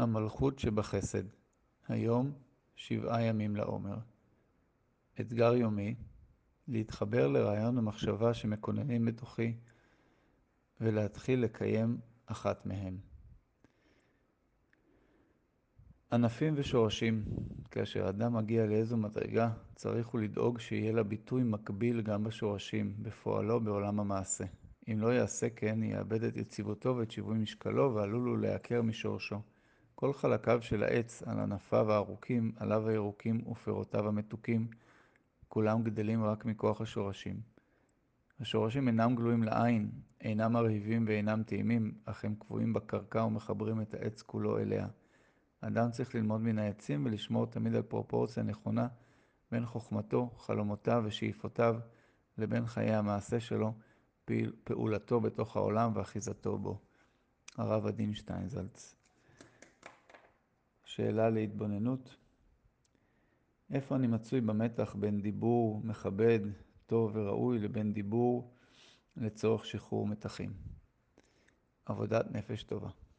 המלכות שבחסד. היום 7 ימים לעומר. אתגר יומי, להתחבר לרעיון המחשבה שמקוננים בתוכי ולהתחיל לקיים אחת מהם. ענפים ושורשים. כאשר אדם מגיע לאיזו מדרגה, צריך הוא לדאוג שיהיה לה ביטוי מקביל גם בשורשים, בפועלו בעולם המעשה. אם לא יעשה כן, יאבד את יציבותו ואת שיווי משקלו ועלול הוא להיעקר משורשו. כל חלקיו של העץ, על ענפיו הארוכים, עליו הירוקים ופירותיו המתוקים, כולם גדלים רק מכוח השורשים. השורשים אינם גלויים לעין, אינם מרהיבים ואינם טעימים, אך הם קבועים בקרקע ומחברים את העץ כולו אליה. אדם צריך ללמוד מן העצים ולשמור תמיד על פרופורציה נכונה בין חוכמתו, חלומותיו ושאיפותיו לבין חיי המעשה שלו, פעולתו בתוך העולם ואחיזתו בו. הרב עדין שטיינזלץ. שאלה להתבוננות. איפה אני מצוי במתח בין דיבור מכבד, טוב וראוי לבין דיבור לצורך שחרור מתחים? עבודת נפש טובה.